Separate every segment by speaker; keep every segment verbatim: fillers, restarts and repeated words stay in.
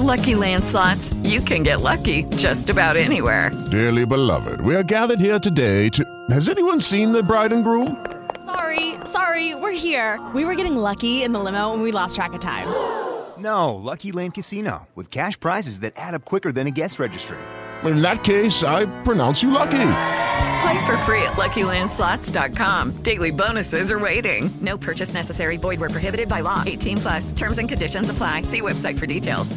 Speaker 1: Lucky Land Slots, you can get lucky just about anywhere.
Speaker 2: Dearly beloved, we are gathered here today to... Has anyone seen the bride and groom?
Speaker 3: Sorry, sorry, we're here. We were getting lucky in the limo and we lost track of time.
Speaker 4: No, Lucky Land Casino, with cash prizes that add up quicker than a guest registry.
Speaker 2: In that case, I pronounce you lucky.
Speaker 1: Play for free at Lucky Land Slots dot com. Daily bonuses are waiting. No purchase necessary. Void where prohibited by law. eighteen plus. Terms and conditions apply. See website for details.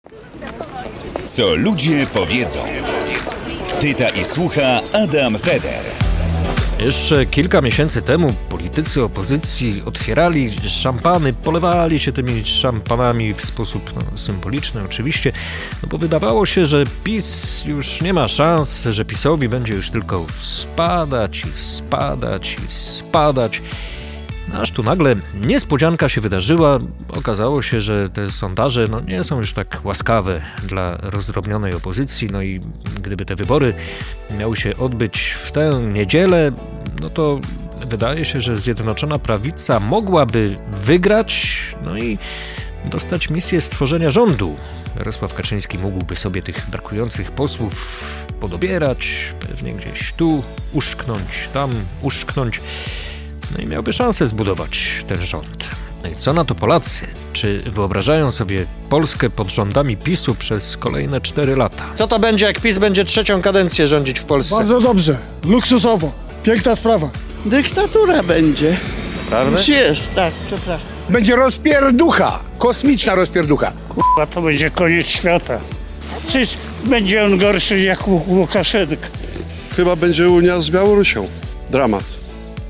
Speaker 5: Co ludzie powiedzą. Pyta i słucha Adam Feder.
Speaker 6: Jeszcze kilka miesięcy temu politycy opozycji otwierali szampany, polewali się tymi szampanami w sposób no, symboliczny oczywiście, no bo wydawało się, że PiS już nie ma szans, że PiS-owi będzie już tylko spadać i spadać i spadać. Aż tu nagle niespodzianka się wydarzyła. Okazało się, że te sondaże no, nie są już tak łaskawe dla rozdrobnionej opozycji. No i gdyby te wybory miały się odbyć w tę niedzielę, no to wydaje się, że Zjednoczona Prawica mogłaby wygrać, no i dostać misję stworzenia rządu. Jarosław Kaczyński mógłby sobie tych brakujących posłów podobierać, pewnie gdzieś tu uszczknąć, tam uszczknąć. No i miałby szansę zbudować ten rząd. No i co na to Polacy? Czy wyobrażają sobie Polskę pod rządami PiS-u przez kolejne cztery lata? Co to będzie, jak PiS będzie trzecią kadencję rządzić w Polsce?
Speaker 7: Bardzo dobrze, luksusowo, piękna sprawa.
Speaker 8: Dyktatura będzie.
Speaker 6: Prawda?
Speaker 8: Już jest, tak, przepraszam.
Speaker 9: Będzie rozpierducha, kosmiczna rozpierducha.
Speaker 10: Kurwa, to będzie koniec świata. Czyż będzie on gorszy jak Łukaszenka?
Speaker 11: Chyba będzie Unia z Białorusią. Dramat.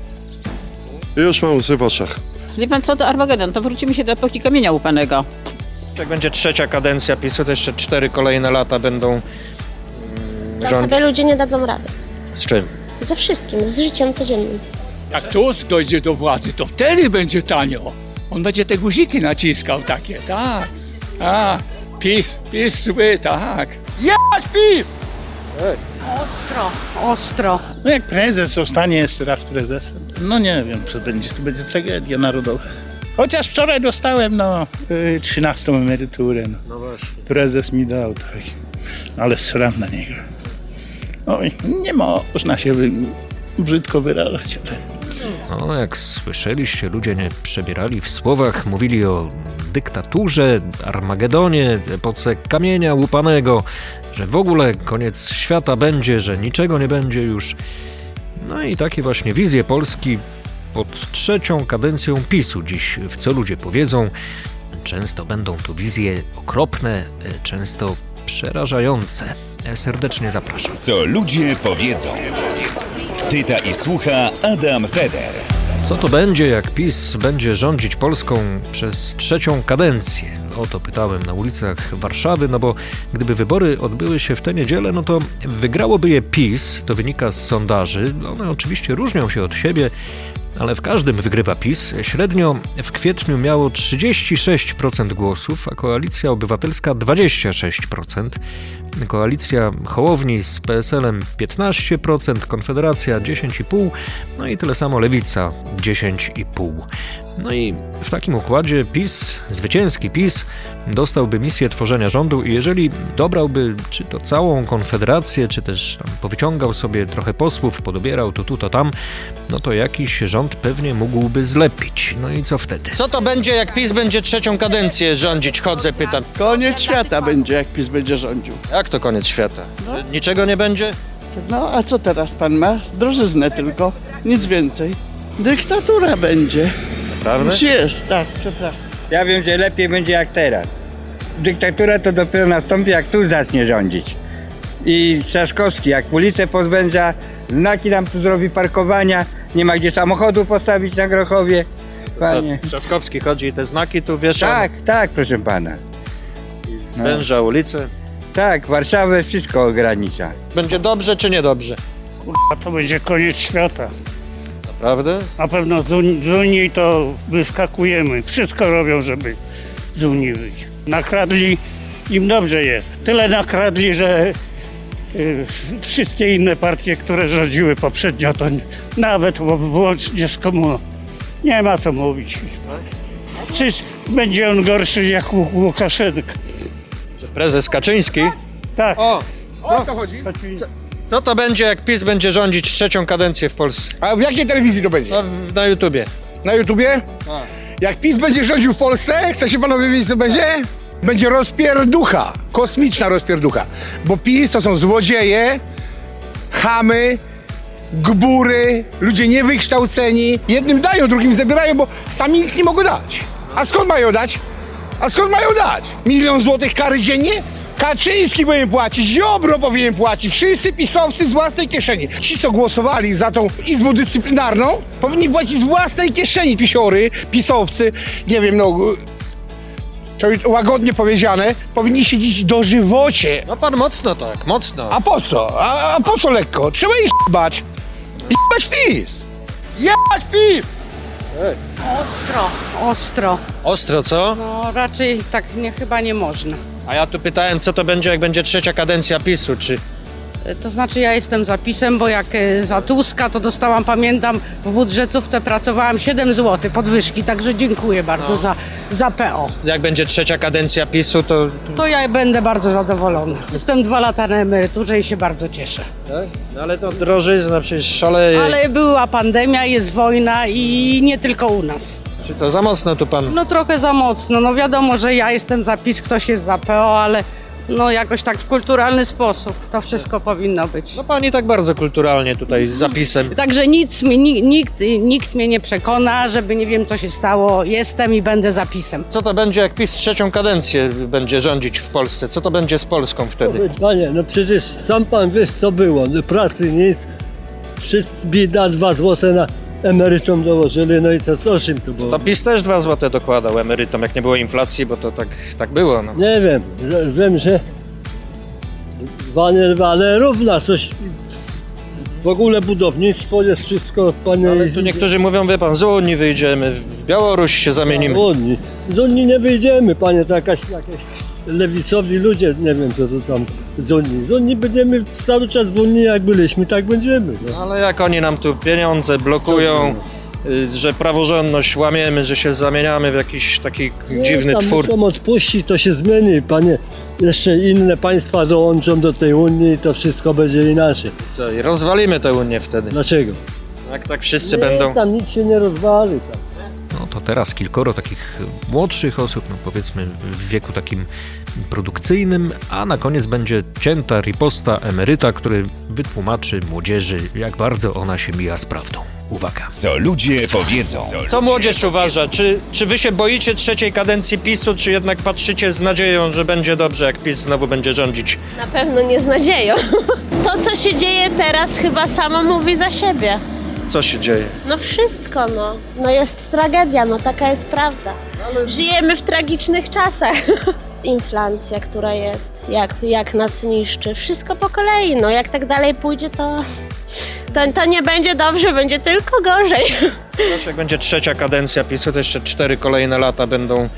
Speaker 11: Już mam łzy w oczach.
Speaker 12: Wie pan co, to Armagedon, to wrócimy się do epoki kamienia łupanego.
Speaker 6: Jak będzie trzecia kadencja PiS-u, to jeszcze cztery kolejne lata będą mm,
Speaker 13: To
Speaker 6: rządzić.
Speaker 13: sobie ludzie nie dadzą rady.
Speaker 6: Z czym?
Speaker 13: Ze wszystkim, z życiem codziennym.
Speaker 10: Jak Tusk dojdzie do władzy, to wtedy będzie tanio. On będzie te guziki naciskał takie, tak. A, PiS, PiS zły, tak.
Speaker 9: Jebać PiS!
Speaker 12: Ostro, ostro.
Speaker 10: No jak prezes zostanie jeszcze raz prezesem, no nie wiem, co będzie, to będzie tragedia narodowa. Chociaż wczoraj dostałem, no, yy, trzynastą emeryturę, no.
Speaker 6: No właśnie.
Speaker 10: Prezes mi dał, tak. Ale sram na niego. Oj, nie można się wy... brzydko wyrażać, ale...
Speaker 6: No, jak słyszeliście, ludzie nie przebierali w słowach, mówili o dyktaturze, Armagedonie, epoce kamienia łupanego, że w ogóle koniec świata będzie, że niczego nie będzie już. No i takie właśnie wizje Polski pod trzecią kadencją PiS-u dziś w Co ludzie powiedzą. Często będą to wizje okropne, często przerażające. Serdecznie zapraszam.
Speaker 5: Co ludzie powiedzą. Pyta i słucha Adam Feder.
Speaker 6: Co to będzie, jak PiS będzie rządzić Polską przez trzecią kadencję? O to pytałem na ulicach Warszawy, no bo gdyby wybory odbyły się w tę niedzielę, no to wygrałoby je PiS, to wynika z sondaży. One oczywiście różnią się od siebie, ale w każdym wygrywa PiS. Średnio w kwietniu miało trzydzieści sześć procent głosów, a Koalicja Obywatelska dwadzieścia sześć procent. Koalicja Hołowni z P S L-em piętnaście procent, Konfederacja dziesięć i pół procent, no i tyle samo Lewica dziesięć i pół procent. No i w takim układzie PiS, zwycięski PiS, dostałby misję tworzenia rządu i jeżeli dobrałby czy to całą Konfederację, czy też tam powyciągał sobie trochę posłów, podobierał to tu, to tam, no to jakiś rząd pewnie mógłby zlepić. No i co wtedy? Co to będzie, jak PiS będzie trzecią kadencję rządzić? Chodzę, pytam.
Speaker 8: Koniec świata będzie, jak PiS będzie rządził.
Speaker 6: Jak to koniec świata? Że niczego nie będzie?
Speaker 8: No, a co teraz pan ma? Drożyznę tylko, nic więcej. Dyktatura będzie.
Speaker 6: Prawda?
Speaker 8: Już jest, tak, przepraszam.
Speaker 14: Ja wiem, że lepiej będzie jak teraz. Dyktatura to dopiero nastąpi, jak tu zacznie rządzić. I Trzaskowski, jak ulicę pozwęża, znaki nam tu zrobi parkowania, nie ma gdzie samochodu postawić na Grochowie. Panie.
Speaker 6: Trzaskowski chodzi i te znaki tu wieszą.
Speaker 14: Tak, tak, proszę pana.
Speaker 6: I zwęża no. ulicę.
Speaker 14: Tak, Warszawę wszystko ogranicza.
Speaker 6: Będzie dobrze czy niedobrze?
Speaker 10: Kurwa, to będzie koniec świata.
Speaker 6: Naprawdę?
Speaker 10: Na pewno z Unii, z Unii to wyskakujemy. Wszystko robią, żeby z Unii wyjść. Nakradli, im dobrze jest. Tyle nakradli, że y, wszystkie inne partie, które rządziły poprzednio, to nawet włącznie z komuną. Nie ma co mówić. Czyż będzie on gorszy jak Łukaszenka?
Speaker 6: Prezes Kaczyński?
Speaker 10: Tak.
Speaker 6: O,
Speaker 9: O co chodzi?
Speaker 6: co, co to będzie, jak PiS będzie rządzić trzecią kadencję w Polsce?
Speaker 9: A w jakiej telewizji to będzie?
Speaker 6: No, w- na YouTubie.
Speaker 9: Na YouTubie?
Speaker 6: A.
Speaker 9: Jak PiS będzie rządził w Polsce, chcecie panowie wiedzieć co będzie? Będzie rozpierducha, kosmiczna rozpierducha. Bo PiS to są złodzieje, chamy, gbury, ludzie niewykształceni. Jednym dają, drugim zabierają, bo sami nic nie mogą dać. A skąd mają dać? A skąd mają dać? Milion złotych kary dziennie? Kaczyński powinien płacić, Ziobro powinien płacić, wszyscy pisowcy z własnej kieszeni. Ci, co głosowali za tą Izbą Dyscyplinarną, powinni płacić z własnej kieszeni, pisiory, pisowcy, nie wiem, no... łagodnie powiedziane, powinni siedzieć dożywocie.
Speaker 6: No pan mocno tak, mocno.
Speaker 9: A po co? A, a po co lekko? Trzeba ich jebać. Jebać PiS! Jebać PiS!
Speaker 15: Ostro, ostro.
Speaker 6: Ostro, co?
Speaker 15: No raczej tak nie, chyba nie można.
Speaker 6: A ja tu pytałem, co to będzie, jak będzie trzecia kadencja PiSu, czy...
Speaker 15: To znaczy ja jestem za PiS-em, bo jak e, za Tuska to dostałam, pamiętam, w budżetówce pracowałam siedem złotych podwyżki, także dziękuję bardzo
Speaker 6: No.
Speaker 15: za, za P O.
Speaker 6: Jak będzie trzecia kadencja PiSu, to...
Speaker 15: To ja będę bardzo zadowolona. Jestem dwa lata na emeryturze i się bardzo cieszę.
Speaker 6: Tak? No ale to drożyzna przecież szaleje.
Speaker 15: Ale była pandemia, jest wojna i nie tylko u nas.
Speaker 6: Czy co, za mocno tu pan...
Speaker 15: No trochę za mocno, no wiadomo, że ja jestem za PiS, ktoś jest za P O, ale no jakoś tak w kulturalny sposób to wszystko powinno być.
Speaker 6: No pani tak bardzo kulturalnie tutaj z zapisem.
Speaker 15: Także nic mi, ni- nikt, nikt mnie nie przekona, żeby nie wiem co się stało, jestem i będę za PiS-em.
Speaker 6: Co to będzie, jak PiS trzecią kadencję będzie rządzić w Polsce? Co to będzie z Polską wtedy?
Speaker 16: Panie, no przecież sam pan wiesz co było, no pracy nic, wszyscy bieda dwa złote na emerytom dołożyli, no i co, co czym to było?
Speaker 6: To PiS też dwa złote dokładał emerytom, jak nie było inflacji, bo to tak, tak było. No.
Speaker 16: Nie wiem, z- wiem, że wanie, ale równa coś, w ogóle budownictwo jest wszystko, panie...
Speaker 6: Ale tu niektórzy mówią, wie pan, z Unii wyjdziemy, w Białoruś się zamienimy.
Speaker 16: Z Unii, z Unii nie wyjdziemy, panie, to jakaś, jakaś lewicowi ludzie, nie wiem co to tam z Unii. Z Unii będziemy cały czas w Unii jak byliśmy, tak będziemy. No.
Speaker 6: Ale jak oni nam tu pieniądze blokują, y, że praworządność łamiemy, że się zamieniamy w jakiś taki
Speaker 16: Nie,
Speaker 6: dziwny
Speaker 16: tam
Speaker 6: twór.
Speaker 16: muszą odpuścić, to się zmieni, panie. Jeszcze inne państwa dołączą do tej Unii i to wszystko będzie inaczej.
Speaker 6: Co, i rozwalimy tę Unię wtedy.
Speaker 16: Dlaczego?
Speaker 6: Jak tak wszyscy
Speaker 16: Nie,
Speaker 6: będą...
Speaker 16: tam nic się nie rozwali. Tam.
Speaker 6: No to teraz kilkoro takich młodszych osób, no powiedzmy w wieku takim produkcyjnym, a na koniec będzie cięta riposta emeryta, który wytłumaczy młodzieży, jak bardzo ona się mija z prawdą. Uwaga.
Speaker 5: Co ludzie powiedzą.
Speaker 6: Co młodzież uważa? Czy, czy wy się boicie trzeciej kadencji PiSu, czy jednak patrzycie z nadzieją, że będzie dobrze, jak PiS znowu będzie rządzić?
Speaker 13: Na pewno nie z nadzieją. To, co się dzieje teraz, chyba samo mówi za siebie.
Speaker 6: Co się dzieje?
Speaker 13: No wszystko, no. No jest tragedia, no taka jest prawda. Żyjemy w tragicznych czasach. Inflacja, która jest, jak, jak nas niszczy. Wszystko po kolei, no jak tak dalej pójdzie, to, to, to nie będzie dobrze, będzie tylko gorzej.
Speaker 6: Znaczy, jak będzie trzecia kadencja PiSu, to jeszcze cztery kolejne lata będą mm,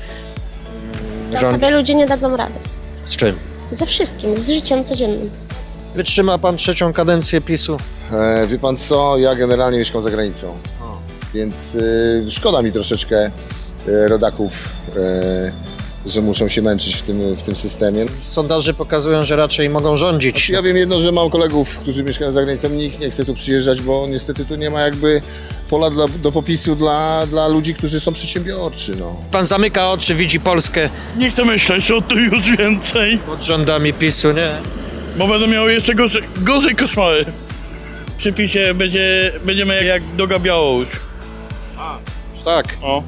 Speaker 13: To
Speaker 6: rządzić.
Speaker 13: sobie ludzie nie dadzą rady.
Speaker 6: Z czym?
Speaker 13: Ze wszystkim, z życiem codziennym.
Speaker 6: Wytrzyma pan trzecią kadencję PiSu?
Speaker 17: E, wie pan co, ja generalnie mieszkam za granicą,
Speaker 6: O.
Speaker 17: więc e, szkoda mi troszeczkę e, rodaków, e, że muszą się męczyć w tym, w tym systemie.
Speaker 6: Sondaże pokazują, że raczej mogą rządzić.
Speaker 17: Znaczy, ja wiem jedno, że mam kolegów, którzy mieszkają za granicą, nikt nie chce tu przyjeżdżać, bo niestety tu nie ma jakby pola dla, do popisu dla, dla ludzi, którzy są przedsiębiorczy. No.
Speaker 6: Pan zamyka oczy, widzi Polskę
Speaker 18: Nie chcę myśleć o tym już więcej,
Speaker 6: pod rządami PiSu, nie?
Speaker 18: bo będą miały jeszcze gorzej, gorzej koszmary. Przy PiSie będzie, będziemy jak droga Białoruś.
Speaker 6: Tak.
Speaker 18: O.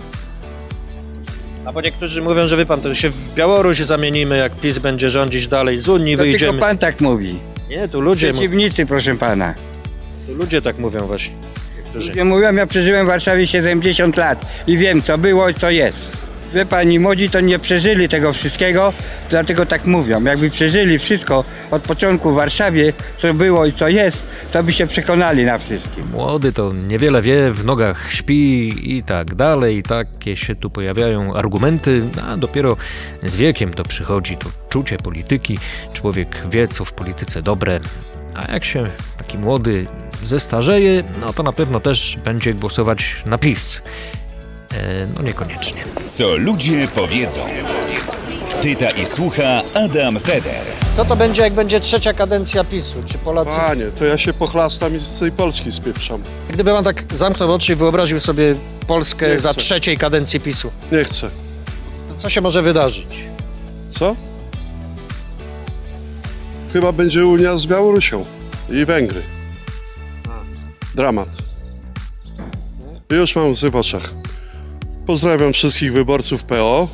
Speaker 6: A bo niektórzy mówią, że wie pan, to się w Białoruś zamienimy, jak PiS będzie rządzić dalej, z Unii
Speaker 14: To
Speaker 6: wyjdziemy.
Speaker 14: tylko pan tak mówi.
Speaker 6: Nie, tu ludzie, mu-
Speaker 14: Przeciwnicy, proszę pana.
Speaker 6: tu ludzie tak mówią właśnie. Niektórzy.
Speaker 14: Ludzie mówią, ja przeżyłem w Warszawie siedemdziesiąt lat i wiem co było i co jest. Wie pani, młodzi to nie przeżyli tego wszystkiego, dlatego tak mówią. Jakby przeżyli wszystko od początku w Warszawie, co było i co jest, to by się przekonali na wszystkim.
Speaker 6: Młody to niewiele wie, w nogach śpi i tak dalej. Takie się tu pojawiają argumenty, a dopiero z wiekiem to przychodzi to czucie polityki. Człowiek wie, co w polityce dobre, a jak się taki młody zestarzeje, no to na pewno też będzie głosować na PiS. E, no niekoniecznie.
Speaker 5: Co ludzie powiedzą. Czyta i słucha Adam Feder.
Speaker 6: Co to będzie, jak będzie trzecia kadencja PiSu? Czy Polacy...
Speaker 11: Panie, to ja się pochlastam i z tej Polski spieprzam.
Speaker 6: Gdyby pan tak zamknął oczy i wyobraził sobie Polskę
Speaker 11: Nie
Speaker 6: za
Speaker 11: chcę.
Speaker 6: trzeciej kadencji PiSu,
Speaker 11: Nie chcę.
Speaker 6: to co się może wydarzyć?
Speaker 11: Co? Chyba będzie Unia z Białorusią i Węgry. Dramat. Już mam łzy w oczach. Pozdrawiam wszystkich wyborców P O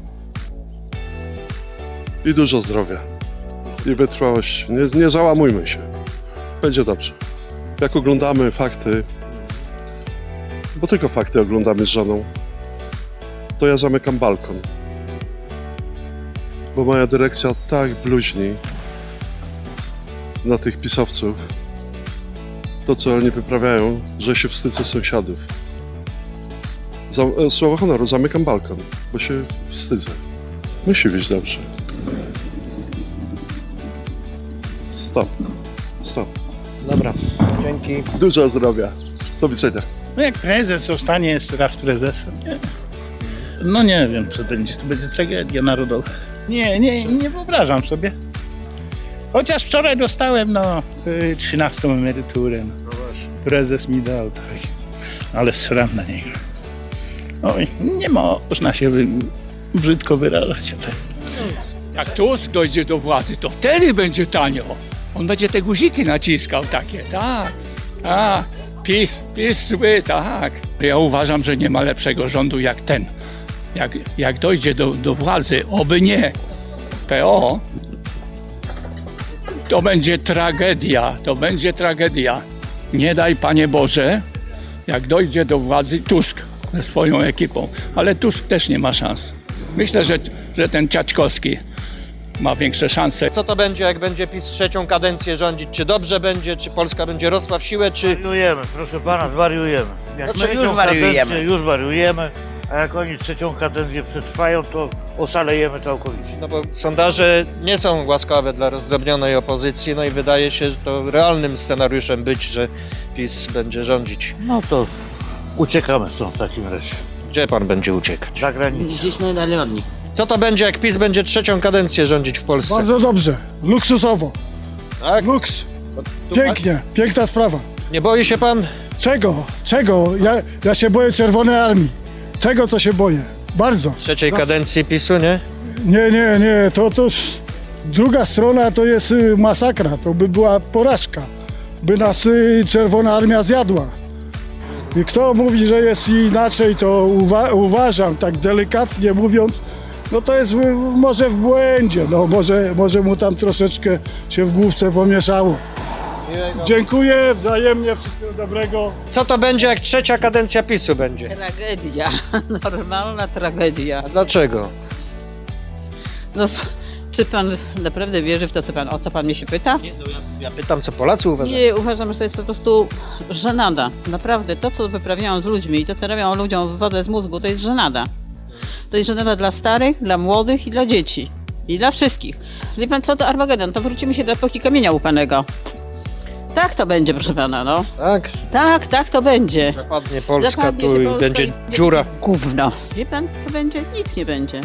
Speaker 11: i dużo zdrowia i wytrwałości. Nie, nie załamujmy się. Będzie dobrze. Jak oglądamy fakty, bo tylko fakty oglądamy z żoną, to ja zamykam balkon. Bo moja dyrekcja tak bluźni na tych pisowców, to co oni wyprawiają, że się wstydzę sąsiadów. Za, e, słowo honoru, zamykam balkon, bo się wstydzę. Musi być dobrze. Stop. Stop.
Speaker 6: Dobra, dzięki.
Speaker 11: Dużo zdrowia. Do widzenia.
Speaker 19: No jak prezes zostanie jeszcze raz prezesem, nie? No nie wiem, co będzie. To będzie tragedia narodowa. Nie, nie, nie wyobrażam sobie. Chociaż wczoraj dostałem, no, y, trzynastą emeryturę. No. Prezes mi dał, tak. Ale sram na niego. Oj, nie można się wy, brzydko wyrażać. Ale...
Speaker 20: Jak Tusk dojdzie do władzy, to wtedy będzie tanio. On będzie te guziki naciskał takie, tak. A, PiS, PiS zły, tak. Ja uważam, że nie ma lepszego rządu jak ten. Jak, jak dojdzie do, do władzy, oby nie P O, to będzie tragedia, to będzie tragedia. Nie daj, Panie Boże, jak dojdzie do władzy Tusk ze swoją ekipą. Ale Tusk też nie ma szans. Myślę, że, że ten Ciaczkowski ma większe szanse.
Speaker 6: Co to będzie, jak będzie PiS trzecią kadencję rządzić? Czy dobrze będzie, czy Polska będzie rosła w siłę, czy...
Speaker 21: Wariujemy, proszę pana, zwariujemy. Jak
Speaker 6: Znaczy,
Speaker 21: my
Speaker 6: już wariujemy.
Speaker 21: Już wariujemy, a jak oni trzecią kadencję przetrwają, to oszalejemy całkowicie.
Speaker 6: No bo sondaże nie są łaskawe dla rozdrobnionej opozycji, no i wydaje się, że to realnym scenariuszem być, że PiS będzie rządzić.
Speaker 21: No to uciekamy stąd w takim razie.
Speaker 6: Gdzie pan będzie uciekać?
Speaker 21: Za granicę.
Speaker 12: Gdzieś najdalej od nich.
Speaker 6: Co to będzie, jak PiS będzie trzecią kadencję rządzić w Polsce?
Speaker 7: Bardzo dobrze, luksusowo.
Speaker 6: Tak?
Speaker 7: Luks. Pięknie, piękna sprawa.
Speaker 6: Nie boi się pan?
Speaker 7: Czego? Czego? Ja, ja się boję Czerwonej Armii. Czego to się boję? Bardzo.
Speaker 6: Trzeciej kadencji PiSu, nie?
Speaker 7: Nie, nie, nie, to, to druga strona to jest y, masakra, to by była porażka. By nas y, Czerwona Armia zjadła. I kto mówi, że jest inaczej, to uwa uważam, tak delikatnie mówiąc, no to jest w, może w błędzie, no może, może mu tam troszeczkę się w główce pomieszało. Dziękuję, wzajemnie, wszystkiego dobrego.
Speaker 6: Co to będzie, jak trzecia kadencja PiSu będzie?
Speaker 12: Tragedia, normalna tragedia.
Speaker 6: A dlaczego?
Speaker 12: No, czy pan naprawdę wierzy w to, co pan, o co pan mnie się pyta?
Speaker 6: Nie, no ja, ja pytam, co Polacy uważają.
Speaker 12: Nie, uważam, że to jest po prostu żenada. Naprawdę, to, co wyprawiają z ludźmi i to, co robią ludziom wodę z mózgu, to jest żenada. To jest żenada dla starych, dla młodych i dla dzieci. I dla wszystkich. Wie pan co, to Armagedon, to wrócimy się do epoki kamienia łupanego. Tak to będzie, proszę pana, no.
Speaker 6: Tak?
Speaker 12: Tak, tak to będzie.
Speaker 6: Zapadnie Polska
Speaker 12: Zapadnie
Speaker 6: tu
Speaker 12: się
Speaker 6: i
Speaker 12: Polska
Speaker 6: będzie
Speaker 12: i-
Speaker 6: dziura.
Speaker 12: Gówno. Wie pan, co będzie? Nic nie będzie.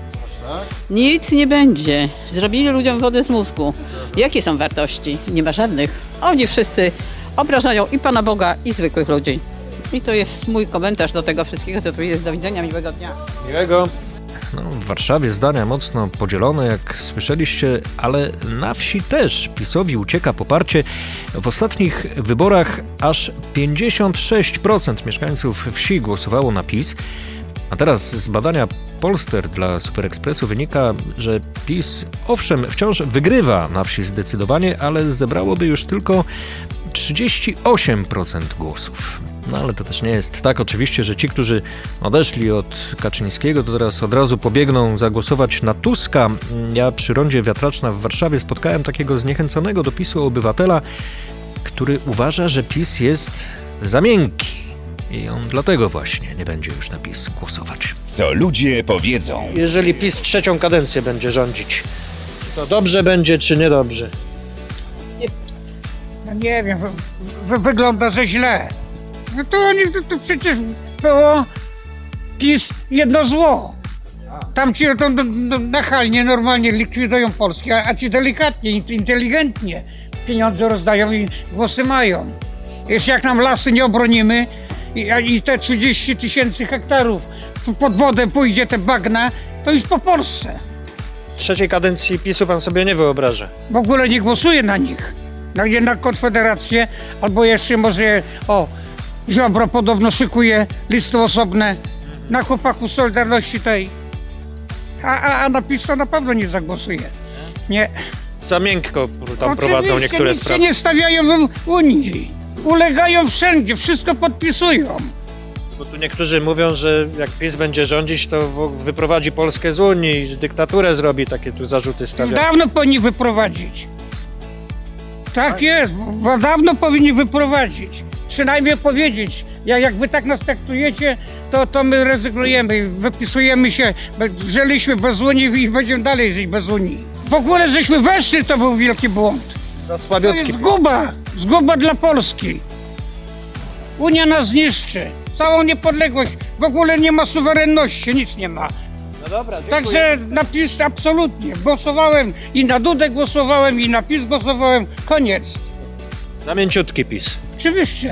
Speaker 12: Nic nie będzie. Zrobili ludziom wodę z mózgu. Jakie są wartości? Nie ma żadnych. Oni wszyscy obrażają i Pana Boga, i zwykłych ludzi. I to jest mój komentarz do tego wszystkiego, co tu jest. Do widzenia, miłego dnia.
Speaker 6: Miłego. No, w Warszawie zdania mocno podzielone, jak słyszeliście, ale na wsi też PiS-owi ucieka poparcie. W ostatnich wyborach aż pięćdziesiąt sześć procent mieszkańców wsi głosowało na PiS. A teraz z badania Polster dla Super Expressu wynika, że PiS owszem wciąż wygrywa na wsi zdecydowanie, ale zebrałoby już tylko trzydzieści osiem procent głosów. No ale to też nie jest tak oczywiście, że ci, którzy odeszli od Kaczyńskiego, to teraz od razu pobiegną zagłosować na Tuska. Ja przy rondzie Wiatraczna w Warszawie spotkałem takiego zniechęconego do PiSu obywatela, który uważa, że PiS jest za miękki. I on dlatego właśnie nie będzie już na PiS głosować.
Speaker 5: Co ludzie powiedzą.
Speaker 6: Jeżeli PiS trzecią kadencję będzie rządzić, czy to dobrze będzie, czy niedobrze?
Speaker 22: No nie wiem, wy, wy, wygląda, że źle. No to oni, to, to przecież było PiS jedno zło. Tam ci to, to, to nachalnie, normalnie likwidują Polskę, a, a ci delikatnie, inteligentnie pieniądze rozdają i głosy mają. Jeszcze jak nam lasy nie obronimy i, i te trzydzieści tysięcy hektarów pod wodę pójdzie, te bagna, to już po Polsce.
Speaker 6: Trzeciej kadencji PiSu pan sobie nie wyobraża.
Speaker 22: W ogóle nie głosuje na nich. Na jednak Konfederację, albo jeszcze może, o, Ziobro podobno szykuje listy osobne na chłopaków Solidarności tej. A, a, a na PiS to na pewno nie zagłosuje. Nie.
Speaker 6: Za miękko tam
Speaker 22: Oczywiście
Speaker 6: prowadzą niektóre
Speaker 22: nic
Speaker 6: sprawy.
Speaker 22: się nie stawiają w Unii. Ulegają wszędzie, wszystko podpisują.
Speaker 6: Bo tu niektórzy mówią, że jak PiS będzie rządzić, to wyprowadzi Polskę z Unii, że dyktaturę zrobi, takie tu zarzuty stawiają.
Speaker 22: Dawno powinni wyprowadzić. Tak jest, bo dawno powinni wyprowadzić. Przynajmniej powiedzieć, jak, jak wy tak nas traktujecie, to, to my rezygnujemy, wypisujemy się, żyliśmy bez Unii i będziemy dalej żyć bez Unii. W ogóle żeśmy weszli, to był wielki błąd.
Speaker 6: Za słabiutki.
Speaker 22: To jest zguba, zguba dla Polski. Unia nas zniszczy, całą niepodległość, w ogóle nie ma suwerenności, nic nie ma.
Speaker 6: No dobra, dziękuję.
Speaker 22: Także na PiS absolutnie. Głosowałem i na Dudę głosowałem i na PiS głosowałem. Koniec.
Speaker 6: Za mięciutki PiS.
Speaker 22: Oczywiście.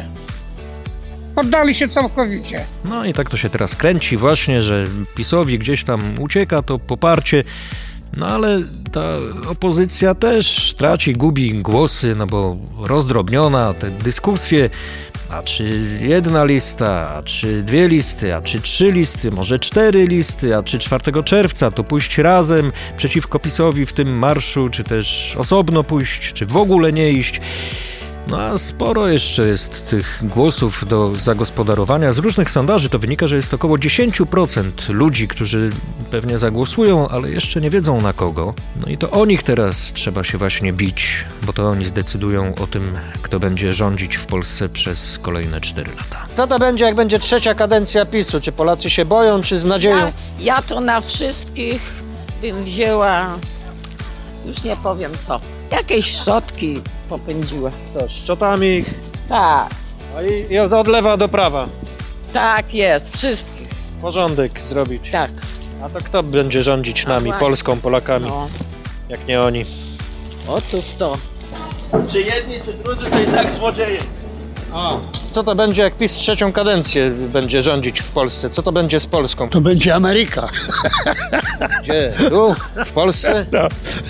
Speaker 22: Poddali się całkowicie.
Speaker 6: No i tak to się teraz kręci właśnie, że PiSowi gdzieś tam ucieka to poparcie. No ale ta opozycja też traci, gubi głosy, no bo rozdrobniona, te dyskusje, a czy jedna lista, a czy dwie listy, a czy trzy listy, może cztery listy, a czy czwartego czerwca to pójść razem przeciwko PiSowi w tym marszu, czy też osobno pójść, czy w ogóle nie iść. No a sporo jeszcze jest tych głosów do zagospodarowania. Z różnych sondaży to wynika, że jest około dziesięć procent ludzi, którzy pewnie zagłosują, ale jeszcze nie wiedzą na kogo. No i to o nich teraz trzeba się właśnie bić, bo to oni zdecydują o tym, kto będzie rządzić w Polsce przez kolejne cztery lata. Co to będzie, jak będzie trzecia kadencja PiSu? Czy Polacy się boją, czy z nadzieją?
Speaker 3: Ja, ja to na wszystkich bym wzięła, już nie powiem co, jakieś szczotki popędziła.
Speaker 6: Co, szczotami?
Speaker 3: Tak.
Speaker 6: No i, i od lewa do prawa.
Speaker 3: Tak jest, wszystkich.
Speaker 6: Porządek zrobić.
Speaker 3: Tak.
Speaker 6: A to kto będzie rządzić nami,
Speaker 3: właśnie.
Speaker 6: Polską, Polakami,
Speaker 3: No.
Speaker 6: jak nie oni?
Speaker 3: Otóż to.
Speaker 18: Czy jedni, czy drudzy, to i tak złodzieje.
Speaker 6: A. Co to będzie, jak PiS trzecią kadencję będzie rządzić w Polsce? Co to będzie z Polską?
Speaker 4: To będzie Ameryka.
Speaker 6: Gdzie? Tu? W Polsce?
Speaker 4: No.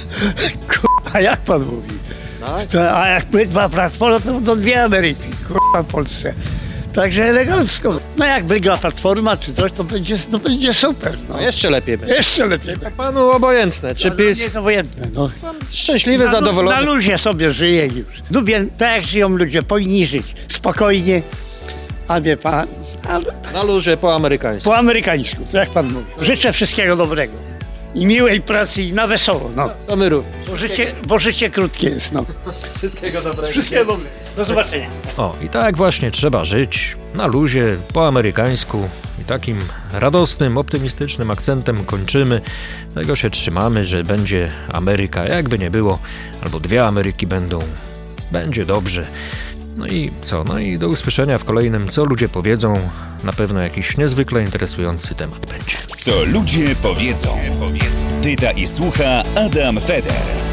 Speaker 4: Kurwa, jak pan mówi?
Speaker 6: Tak?
Speaker 4: To, a jak my dwa platformy, to będą dwie Ameryki, kurwa, w Polsce. Także elegancko. No jak wygra platforma czy coś, to będzie, to będzie super. No.
Speaker 6: No jeszcze lepiej będzie.
Speaker 4: Jeszcze lepiej.
Speaker 6: To panu obojętne, czy
Speaker 4: No,
Speaker 6: PiS...
Speaker 4: Nie obojętne, no.
Speaker 6: Szczęśliwy,
Speaker 4: na,
Speaker 6: zadowolony.
Speaker 4: Na luzie sobie żyje już. Lubię, tak jak żyją ludzie, powinni żyć. Spokojnie. A wie pan... Ale...
Speaker 6: Na luzie, po amerykańsku.
Speaker 4: Po amerykańsku, co jak pan mówi. Życzę wszystkiego dobrego. I miłej pracy i na wesoło, no.
Speaker 6: To my również.
Speaker 4: Bo życie, bo życie krótkie jest, no.
Speaker 6: Wszystkiego dobrego.
Speaker 4: Wszystkiego dobrego. Do zobaczenia.
Speaker 6: O, i tak właśnie trzeba żyć, na luzie, po amerykańsku i takim radosnym, optymistycznym akcentem kończymy. Tego się trzymamy, że będzie Ameryka, jakby nie było, albo dwie Ameryki będą. Będzie dobrze. No i co? No i do usłyszenia w kolejnym Co Ludzie Powiedzą. Na pewno jakiś niezwykle interesujący temat będzie.
Speaker 5: Co ludzie powiedzą. Pyta i słucha Adam Feder.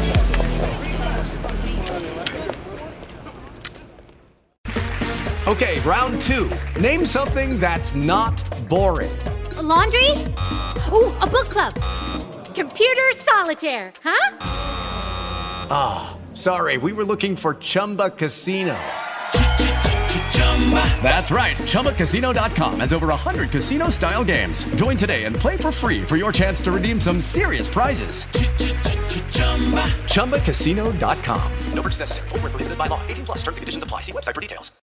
Speaker 23: Okay, round two. Name something that's not boring.
Speaker 24: A laundry? Ooh, a book club. Computer solitaire, huh?
Speaker 23: Ah, sorry, we were looking for Chumba Casino. That's right. Chumba Casino dot com has over one hundred casino-style games. Join today and play for free for your chance to redeem some serious prizes. Chumba Casino dot com. No purchase necessary. Void where prohibited by law. eighteen plus terms and conditions apply. See website for details.